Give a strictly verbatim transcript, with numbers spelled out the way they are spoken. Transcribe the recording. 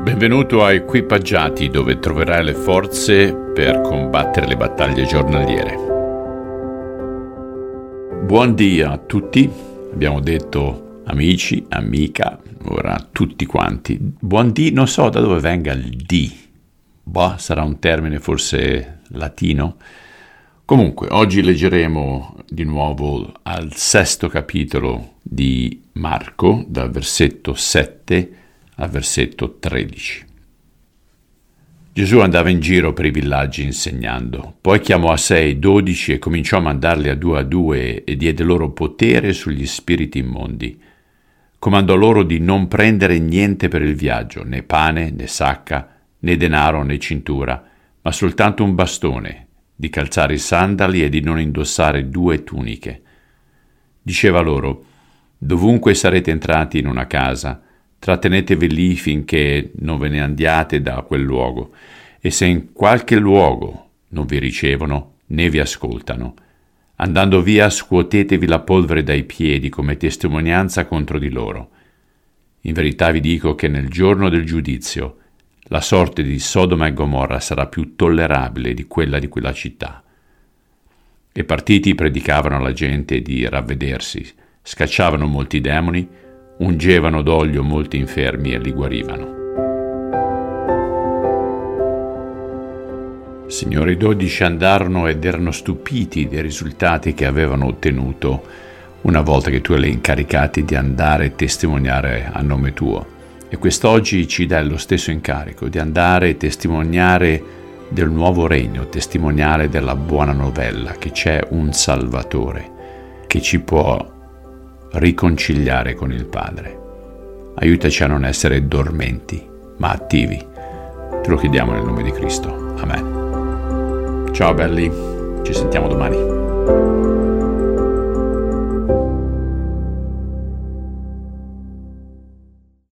Benvenuto a Equipaggiati, dove troverai le forze per combattere le battaglie giornaliere. Buondì a tutti, abbiamo detto amici, amica, ora tutti quanti. Buondì, non so da dove venga il di, boh, sarà un termine forse latino. Comunque, oggi leggeremo di nuovo al sesto capitolo di Marco, dal versetto sette al versetto tredici. Gesù andava in giro per i villaggi insegnando. Poi chiamò a sé i dodici e cominciò a mandarli a due a due e diede loro potere sugli spiriti immondi. Comandò loro di non prendere niente per il viaggio, né pane, né sacca, né denaro, né cintura, ma soltanto un bastone, di calzare i sandali e di non indossare due tuniche. Diceva loro: dovunque sarete entrati in una casa, trattenetevi lì finché non ve ne andiate da quel luogo, e se in qualche luogo non vi ricevono né vi ascoltano, andando via scuotetevi la polvere dai piedi come testimonianza contro di loro. In verità vi dico che nel giorno del giudizio la sorte di Sodoma e Gomorra sarà più tollerabile di quella di quella città. E partiti predicavano alla gente di ravvedersi, scacciavano molti demoni, ungevano d'olio molti infermi e li guarivano. Signore, i dodici andarono ed erano stupiti dei risultati che avevano ottenuto una volta che tu li hai incaricati di andare e testimoniare a nome tuo. E quest'oggi ci dai lo stesso incarico di andare e testimoniare del nuovo regno, testimoniare della buona novella, che c'è un Salvatore che ci può riconciliare con il Padre. Aiutaci a non essere dormenti, ma attivi. Te lo chiediamo nel nome di Cristo. Amen. Ciao belli, ci sentiamo domani.